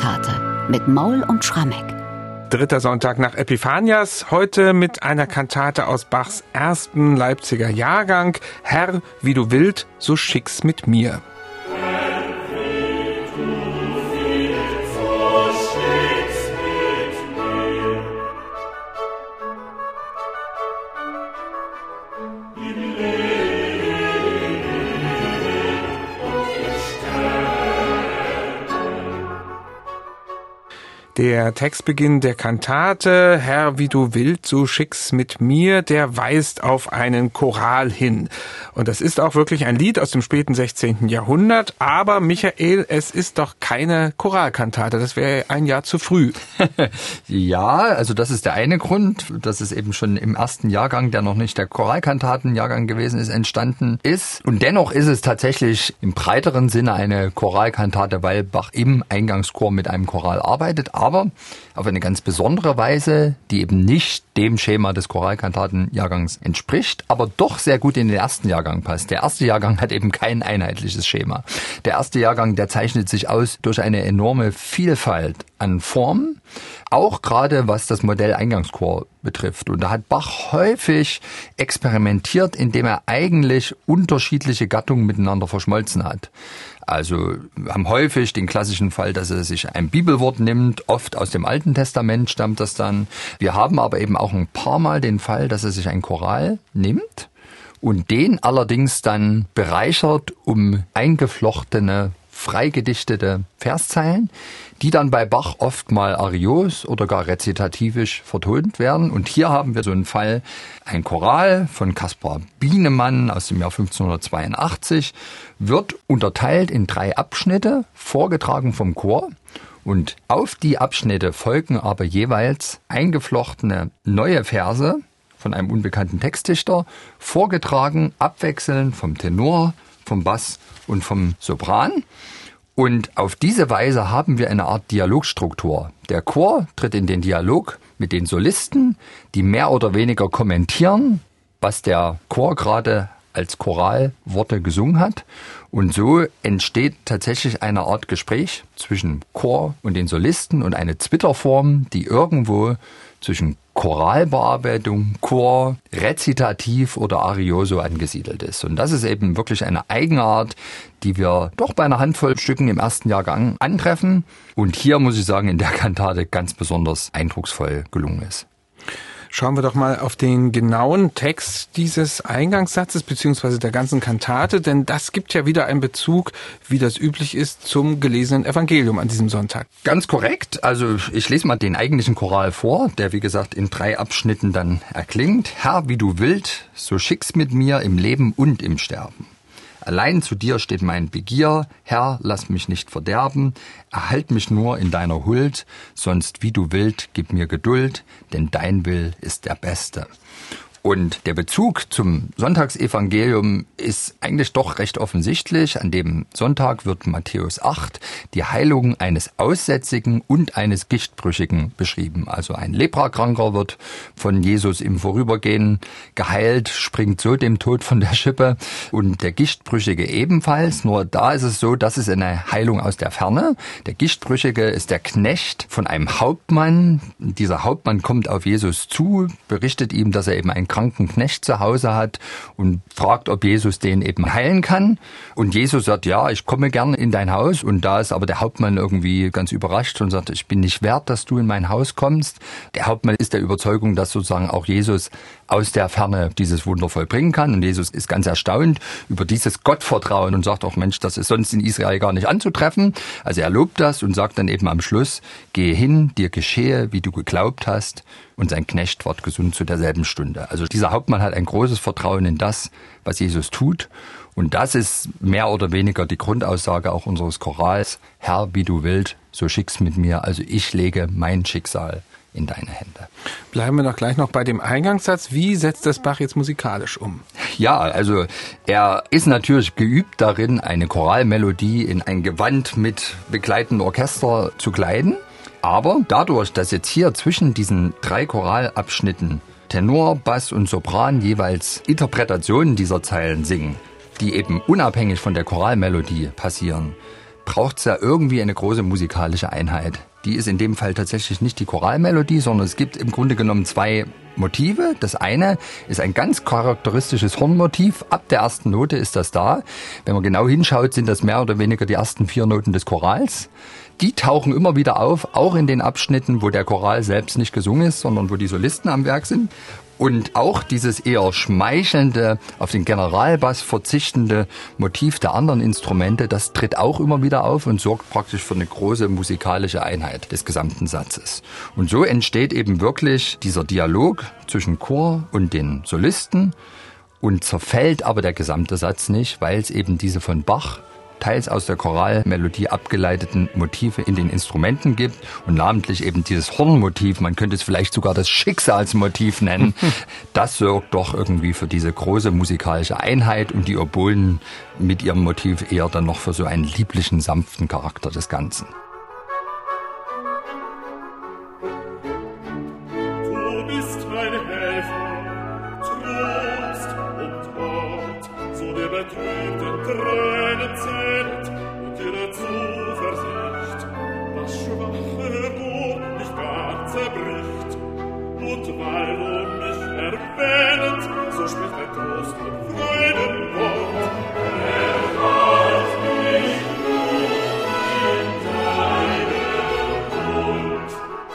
Choralkantate mit Maul und Schrammeck. Dritter Sonntag nach Epiphanias, heute mit einer Kantate aus Bachs ersten Leipziger Jahrgang. Herr, wie du willst, so schick's mit mir. Der Textbeginn der Kantate, Herr, wie du willst, so schick's mit mir, der weist auf einen Choral hin. Und das ist auch wirklich ein Lied aus dem späten 16. Jahrhundert. Aber Michael, es ist doch keine Choralkantate. Das wäre ein Jahr zu früh. Ja, also das ist der eine Grund, dass es eben schon im ersten Jahrgang, der noch nicht der Choralkantatenjahrgang gewesen ist, entstanden ist. Und dennoch ist es tatsächlich im breiteren Sinne eine Choralkantate, weil Bach im Eingangschor mit einem Choral arbeitet. Aber auf eine ganz besondere Weise, die eben nicht dem Schema des Choralkantatenjahrgangs entspricht, aber doch sehr gut in den ersten Jahrgang passt. Der erste Jahrgang hat eben kein einheitliches Schema. Der erste Jahrgang, der zeichnet sich aus durch eine enorme Vielfalt an Formen, auch gerade was das Modell Eingangschor betrifft. Und da hat Bach häufig experimentiert, indem er eigentlich unterschiedliche Gattungen miteinander verschmolzen hat. Also wir haben häufig den klassischen Fall, dass er sich ein Bibelwort nimmt, oft aus dem Alten Testament stammt das dann. Wir haben aber eben auch ein paar Mal den Fall, dass er sich ein Choral nimmt und den allerdings dann bereichert um eingeflochtene, freigedichtete Verszeilen, die dann bei Bach oft mal arios oder gar rezitativisch vertont werden. Und hier haben wir so einen Fall, ein Choral von Caspar Bienemann aus dem Jahr 1582, wird unterteilt in 3 Abschnitte, vorgetragen vom Chor. Und auf die Abschnitte folgen aber jeweils eingeflochtene neue Verse von einem unbekannten Textdichter, vorgetragen abwechselnd vom Tenor, vom Bass und vom Sopran. Und auf diese Weise haben wir eine Art Dialogstruktur. Der Chor tritt in den Dialog mit den Solisten, die mehr oder weniger kommentieren, was der Chor gerade als Choralworte gesungen hat. Und so entsteht tatsächlich eine Art Gespräch zwischen Chor und den Solisten und eine Zwitterform, die irgendwo zwischen Choralbearbeitung, Chor, Rezitativ oder Arioso angesiedelt ist. Und das ist eben wirklich eine Eigenart, die wir doch bei einer Handvoll Stücken im ersten Jahrgang antreffen. Und hier, muss ich sagen, in der Kantate ganz besonders eindrucksvoll gelungen ist. Schauen wir doch mal auf den genauen Text dieses Eingangssatzes bzw. der ganzen Kantate, denn das gibt ja wieder einen Bezug, wie das üblich ist, zum gelesenen Evangelium an diesem Sonntag. Ganz korrekt. Also ich lese mal den eigentlichen Choral vor, der wie gesagt in 3 Abschnitten dann erklingt. Herr, wie du willst, so schick's mit mir im Leben und im Sterben. Allein zu dir steht mein Begier, Herr, lass mich nicht verderben, erhalt mich nur in deiner Huld, sonst wie du willst, gib mir Geduld, denn dein Will ist der beste. Und der Bezug zum Sonntagsevangelium ist eigentlich doch recht offensichtlich. An dem Sonntag wird Matthäus 8 die Heilung eines Aussätzigen und eines Gichtbrüchigen beschrieben. Also ein Leprakranker wird von Jesus im Vorübergehen geheilt, springt so dem Tod von der Schippe und der Gichtbrüchige ebenfalls. Nur da ist es so, das ist eine Heilung aus der Ferne. Der Gichtbrüchige ist der Knecht von einem Hauptmann. Dieser Hauptmann kommt auf Jesus zu, berichtet ihm, dass er eben einen kranken Knecht zu Hause hat und fragt, ob Jesus den eben heilen kann. Und Jesus sagt, ja, ich komme gerne in dein Haus. Und da ist aber der Hauptmann irgendwie ganz überrascht und sagt, ich bin nicht wert, dass du in mein Haus kommst. Der Hauptmann ist der Überzeugung, dass sozusagen auch Jesus aus der Ferne dieses Wunder vollbringen kann. Und Jesus ist ganz erstaunt über dieses Gottvertrauen und sagt auch, Mensch, das ist sonst in Israel gar nicht anzutreffen. Also er lobt das und sagt dann eben am Schluss, gehe hin, dir geschehe, wie du geglaubt hast. Und sein Knecht ward gesund zu derselben Stunde. Also dieser Hauptmann hat ein großes Vertrauen in das, was Jesus tut. Und das ist mehr oder weniger die Grundaussage auch unseres Chorals. Herr, wie du willst, so schick's mit mir. Also ich lege mein Schicksal in deine Hände. Bleiben wir doch gleich noch bei dem Eingangssatz. Wie setzt das Bach jetzt musikalisch um? Ja, also er ist natürlich geübt darin, eine Choralmelodie in ein Gewand mit begleitendem Orchester zu kleiden. Aber dadurch, dass jetzt hier zwischen diesen 3 Choralabschnitten Tenor, Bass und Sopran jeweils Interpretationen dieser Zeilen singen, die eben unabhängig von der Choralmelodie passieren, braucht es ja irgendwie eine große musikalische Einheit. Die ist in dem Fall tatsächlich nicht die Choralmelodie, sondern es gibt im Grunde genommen zwei Motive. Das eine ist ein ganz charakteristisches Hornmotiv. Ab der ersten Note ist das da. Wenn man genau hinschaut, sind das mehr oder weniger die ersten 4 Noten des Chorals. Die tauchen immer wieder auf, auch in den Abschnitten, wo der Choral selbst nicht gesungen ist, sondern wo die Solisten am Werk sind. Und auch dieses eher schmeichelnde, auf den Generalbass verzichtende Motiv der anderen Instrumente, das tritt auch immer wieder auf und sorgt praktisch für eine große musikalische Einheit des gesamten Satzes. Und so entsteht eben wirklich dieser Dialog zwischen Chor und den Solisten und zerfällt aber der gesamte Satz nicht, weil es eben diese von Bach teils aus der Choralmelodie abgeleiteten Motive in den Instrumenten gibt und namentlich eben dieses Hornmotiv, man könnte es vielleicht sogar das Schicksalsmotiv nennen, das sorgt doch irgendwie für diese große musikalische Einheit und die Oboen mit ihrem Motiv eher dann noch für so einen lieblichen, sanften Charakter des Ganzen. Du bist mein Helfer, Trost und Ort, so der betrübten Tränen zählt und ihre Zuversicht, das schwache Boot nicht gar zerbricht. Und weil du mich erwähnt, so spricht ein Trost und Freudenwort. Erfahrt mich nur in deinem Mund.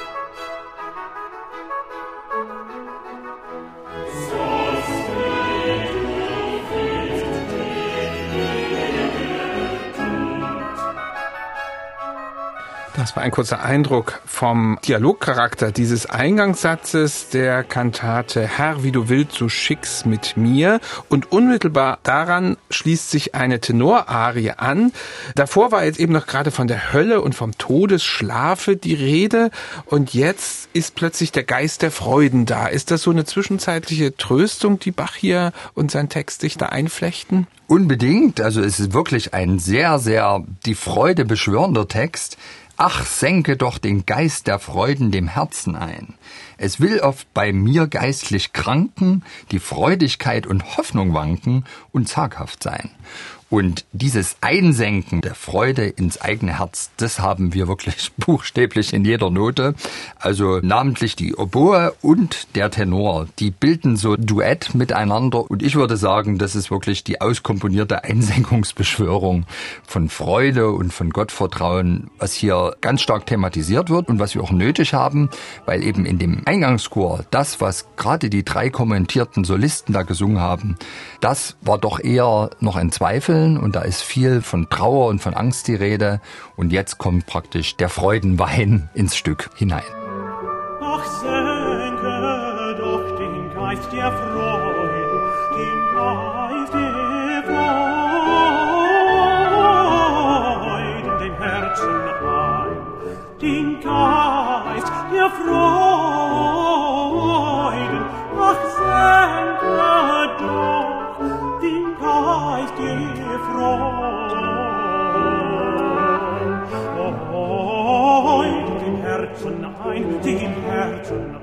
Das war ein kurzer Eindruck vom Dialogcharakter dieses Eingangssatzes der Kantate Herr, wie du willst, so schick's mit mir. Und unmittelbar daran schließt sich eine Tenorarie an. Davor war jetzt eben noch gerade von der Hölle und vom Todesschlafe die Rede. Und jetzt ist plötzlich der Geist der Freuden da. Ist das so eine zwischenzeitliche Tröstung, die Bach hier und sein Text sich da einflechten? Unbedingt. Also es ist wirklich ein sehr, sehr die Freude beschwörender Text. Ach, senke doch den Geist der Freuden dem Herzen ein. Es will oft bei mir geistlich Kranken die Freudigkeit und Hoffnung wanken und zaghaft sein. Und dieses Einsenken der Freude ins eigene Herz, das haben wir wirklich buchstäblich in jeder Note. Also namentlich die Oboe und der Tenor, die bilden so Duett miteinander. Und ich würde sagen, das ist wirklich die auskomponierte Einsenkungsbeschwörung von Freude und von Gottvertrauen, was hier ganz stark thematisiert wird und was wir auch nötig haben, weil eben in dem Eingangschor das, was gerade die 3 kommentierten Solisten da gesungen haben, das war doch eher noch ein Zweifel. Und da ist viel von Trauer und von Angst die Rede. Und jetzt kommt praktisch der Freudenwein ins Stück hinein. Ach, senke doch den Geist der Freude, den Geist der Freude, den Herzen ein, den Geist der Freude. Ach, senke doch den Geist der den Herzen ein.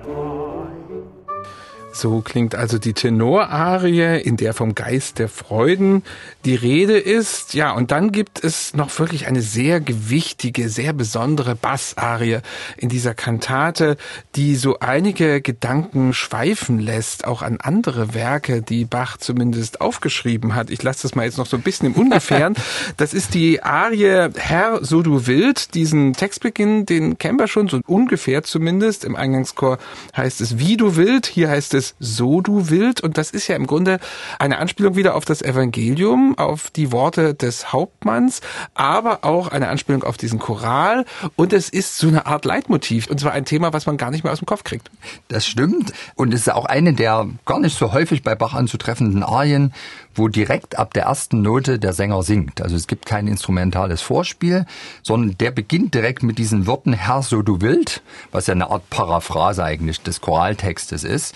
So klingt also die Tenorarie, in der vom Geist der Freuden die Rede ist. Ja, und dann gibt es noch wirklich eine sehr gewichtige, sehr besondere Bassarie in dieser Kantate, die so einige Gedanken schweifen lässt, auch an andere Werke, die Bach zumindest aufgeschrieben hat. Ich lasse das mal jetzt noch so ein bisschen im Ungefähren. Das ist die Arie Herr, so du willst. Diesen Textbeginn, den kennen wir schon, so ungefähr zumindest. Im Eingangschor heißt es wie du willst, hier heißt es so du willst. Und das ist ja im Grunde eine Anspielung wieder auf das Evangelium, auf die Worte des Hauptmanns, aber auch eine Anspielung auf diesen Choral. Und es ist so eine Art Leitmotiv. Und zwar ein Thema, was man gar nicht mehr aus dem Kopf kriegt. Das stimmt. Und es ist auch eine der gar nicht so häufig bei Bach anzutreffenden Arien, wo direkt ab der ersten Note der Sänger singt. Also es gibt kein instrumentales Vorspiel, sondern der beginnt direkt mit diesen Worten Herr, so du willst, was ja eine Art Paraphrase eigentlich des Choraltextes ist. Wir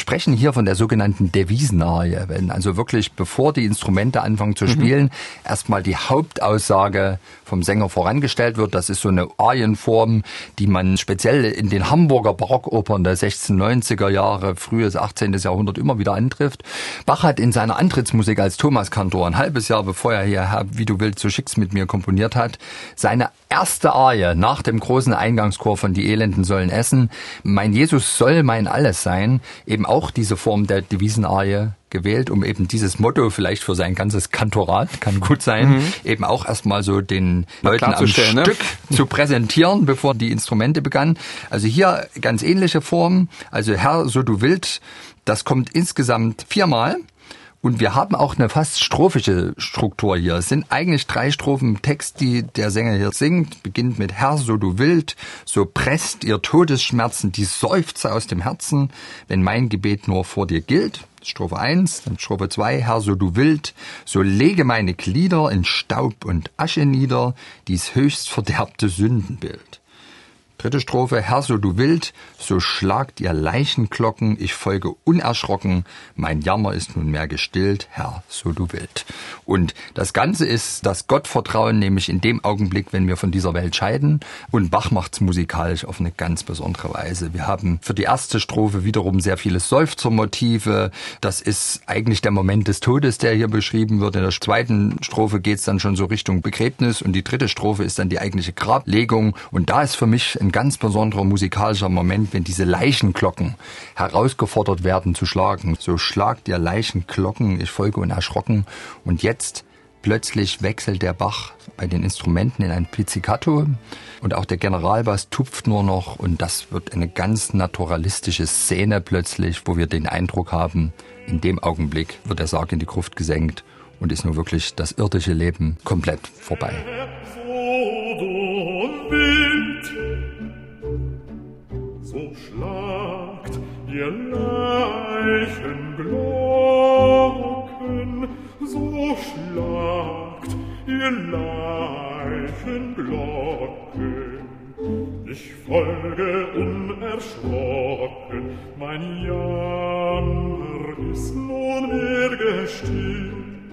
sprechen hier von der sogenannten Devisenarie, wenn also wirklich, bevor die Instrumente anfangen zu spielen, erstmal die Hauptaussage vom Sänger vorangestellt wird. Das ist so eine Arienform, die man speziell in den Hamburger Barockopern der 1690er Jahre, frühes 18. Jahrhundert immer wieder antrifft. Bach hat in seiner Antrittsmusik als Thomaskantor ein halbes Jahr bevor er hier Herr, wie du willst, so schick's mit mir komponiert hat, seine erste Arie nach dem großen Eingangschor von Die Elenden sollen essen, Mein Jesus soll mein Alles sein, eben auch diese Form der Devisenarie gewählt, um eben dieses Motto vielleicht für sein ganzes Kantorat, kann gut sein, eben auch erstmal so den Leuten am Stück zu präsentieren, bevor die Instrumente begannen. Also hier ganz ähnliche Formen, also Herr, so du willst, das kommt insgesamt 4-mal. Und wir haben auch eine fast strophische Struktur hier. Es sind eigentlich 3 Strophen Text, die der Sänger hier singt. Beginnt mit Herr, so du willst, so presst ihr Todesschmerzen die Seufzer aus dem Herzen, wenn mein Gebet nur vor dir gilt. Strophe 1, dann Strophe 2, Herr, so du willst, so lege meine Glieder in Staub und Asche nieder, dies höchst verderbte Sündenbild. 3. Strophe, Herr, so du willst, so schlagt ihr Leichenglocken, ich folge unerschrocken, mein Jammer ist nunmehr gestillt, Herr, so du willst. Und das Ganze ist das Gottvertrauen, nämlich in dem Augenblick, wenn wir von dieser Welt scheiden. Und Bach macht's musikalisch auf eine ganz besondere Weise. Wir haben für die erste Strophe wiederum sehr viele Seufzermotive. Das ist eigentlich der Moment des Todes, der hier beschrieben wird. In der 2. Strophe geht's dann schon so Richtung Begräbnis und die 3. Strophe ist dann die eigentliche Grablegung. Und da ist für mich ein ganz besonderer musikalischer Moment, wenn diese Leichenglocken herausgefordert werden zu schlagen. So schlagt ihr Leichenglocken, ich folge unerschrocken. Und jetzt plötzlich wechselt der Bach bei den Instrumenten in ein Pizzicato und auch der Generalbass tupft nur noch und das wird eine ganz naturalistische Szene plötzlich, wo wir den Eindruck haben, in dem Augenblick wird der Sarg in die Gruft gesenkt und ist nur wirklich das irdische Leben komplett vorbei. So schlagt ihr Leichenglocken, so schlagt ihr Leichenglocken. Ich folge unerschrocken, mein Jammer ist nunmehr gestillt.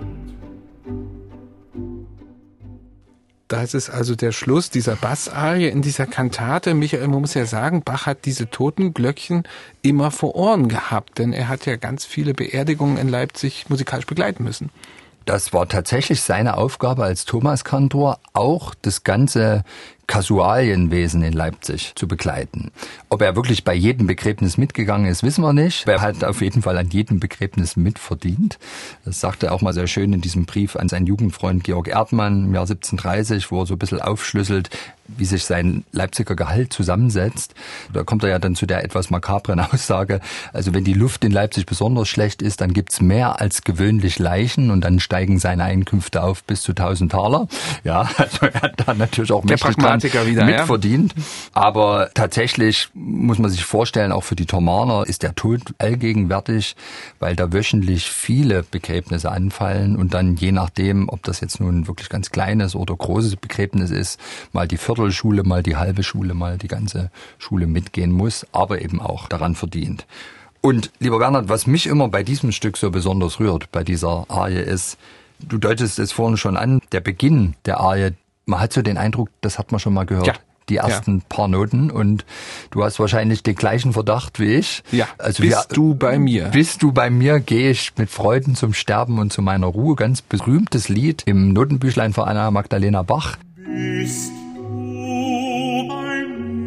Das ist also der Schluss dieser Bassarie in dieser Kantate. Michael, man muss ja sagen, Bach hat diese Totenglöckchen immer vor Ohren gehabt, denn er hat ja ganz viele Beerdigungen in Leipzig musikalisch begleiten müssen. Das war tatsächlich seine Aufgabe als Thomaskantor, auch das ganze Kasualienwesen in Leipzig zu begleiten. Ob er wirklich bei jedem Begräbnis mitgegangen ist, wissen wir nicht. Er hat auf jeden Fall an jedem Begräbnis mitverdient. Das sagte er auch mal sehr schön in diesem Brief an seinen Jugendfreund Georg Erdmann im Jahr 1730, wo er so ein bisschen aufschlüsselt, wie sich sein Leipziger Gehalt zusammensetzt. Da kommt er ja dann zu der etwas makabren Aussage, also wenn die Luft in Leipzig besonders schlecht ist, dann gibt's mehr als gewöhnlich Leichen und dann steigen seine Einkünfte auf bis zu 1000 Taler. Ja, also er hat da natürlich auch mächtig mitverdient. Ja. Aber tatsächlich muss man sich vorstellen, auch für die Thomaner ist der Tod allgegenwärtig, weil da wöchentlich viele Begräbnisse anfallen und dann je nachdem, ob das jetzt nun wirklich ganz kleines oder großes Begräbnis ist, mal die Viertelschule, mal die halbe Schule, mal die ganze Schule mitgehen muss, aber eben auch daran verdient. Und lieber Bernhard, was mich immer bei diesem Stück so besonders rührt, bei dieser Arie ist, du deutest es vorhin schon an, der Beginn der Arie, man hat so den Eindruck, das hat man schon mal gehört. Ja. Die ersten paar Noten und du hast wahrscheinlich den gleichen Verdacht wie ich. Ja, also bist du bei mir? Bist du bei mir, gehe ich mit Freuden zum Sterben und zu meiner Ruhe. Ganz berühmtes Lied im Notenbüchlein von Anna Magdalena Bach. Bist du bei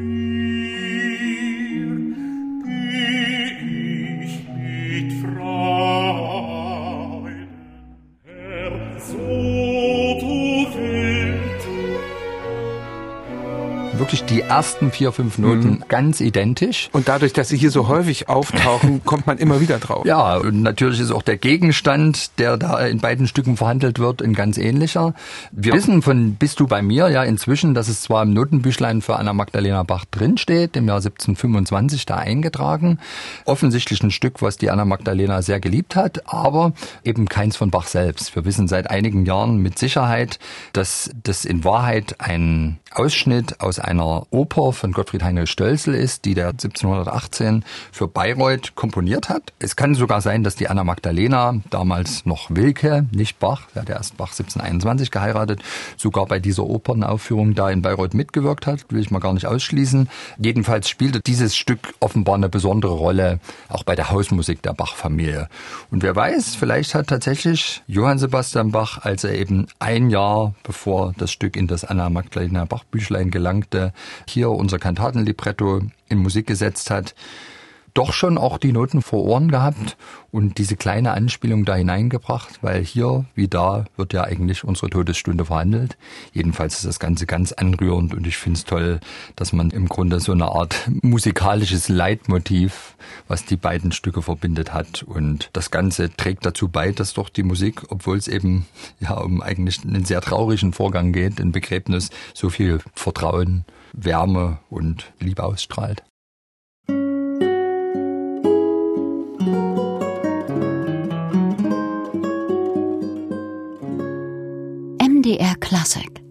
mir, geh ich mit Freuden, Herr, so du willst. Wirklich die ersten 4, 5 Noten ganz identisch. Und dadurch, dass sie hier so häufig auftauchen, kommt man immer wieder drauf. Ja, und natürlich ist auch der Gegenstand, der da in beiden Stücken verhandelt wird, ein ganz ähnlicher. Wir wissen von Bist du bei mir ja inzwischen, dass es zwar im Notenbüchlein für Anna Magdalena Bach drinsteht, im Jahr 1725 da eingetragen. Offensichtlich ein Stück, was die Anna Magdalena sehr geliebt hat, aber eben keins von Bach selbst. Wir wissen seit einigen Jahren mit Sicherheit, dass das in Wahrheit ein Ausschnitt aus einer einer Oper von Gottfried Heinrich Stölzel ist, die der 1718 für Bayreuth komponiert hat. Es kann sogar sein, dass die Anna Magdalena, damals noch Wilke, nicht Bach, der hat erst Bach 1721 geheiratet, sogar bei dieser Opernaufführung da in Bayreuth mitgewirkt hat, will ich mal gar nicht ausschließen. Jedenfalls spielte dieses Stück offenbar eine besondere Rolle, auch bei der Hausmusik der Bach-Familie. Und wer weiß, vielleicht hat tatsächlich Johann Sebastian Bach, als er eben ein Jahr bevor das Stück in das Anna Magdalena Bach-Büchlein gelangte, hier unser Kantatenlibretto in Musik gesetzt hat, doch schon auch die Noten vor Ohren gehabt und diese kleine Anspielung da hineingebracht, weil hier wie da wird ja eigentlich unsere Todesstunde verhandelt. Jedenfalls ist das Ganze ganz anrührend und ich finde es toll, dass man im Grunde so eine Art musikalisches Leitmotiv, was die beiden Stücke verbindet hat, und das Ganze trägt dazu bei, dass doch die Musik, obwohl es eben ja um eigentlich einen sehr traurigen Vorgang geht, ein Begräbnis, so viel Vertrauen, Wärme und Liebe ausstrahlt. MDR Klassik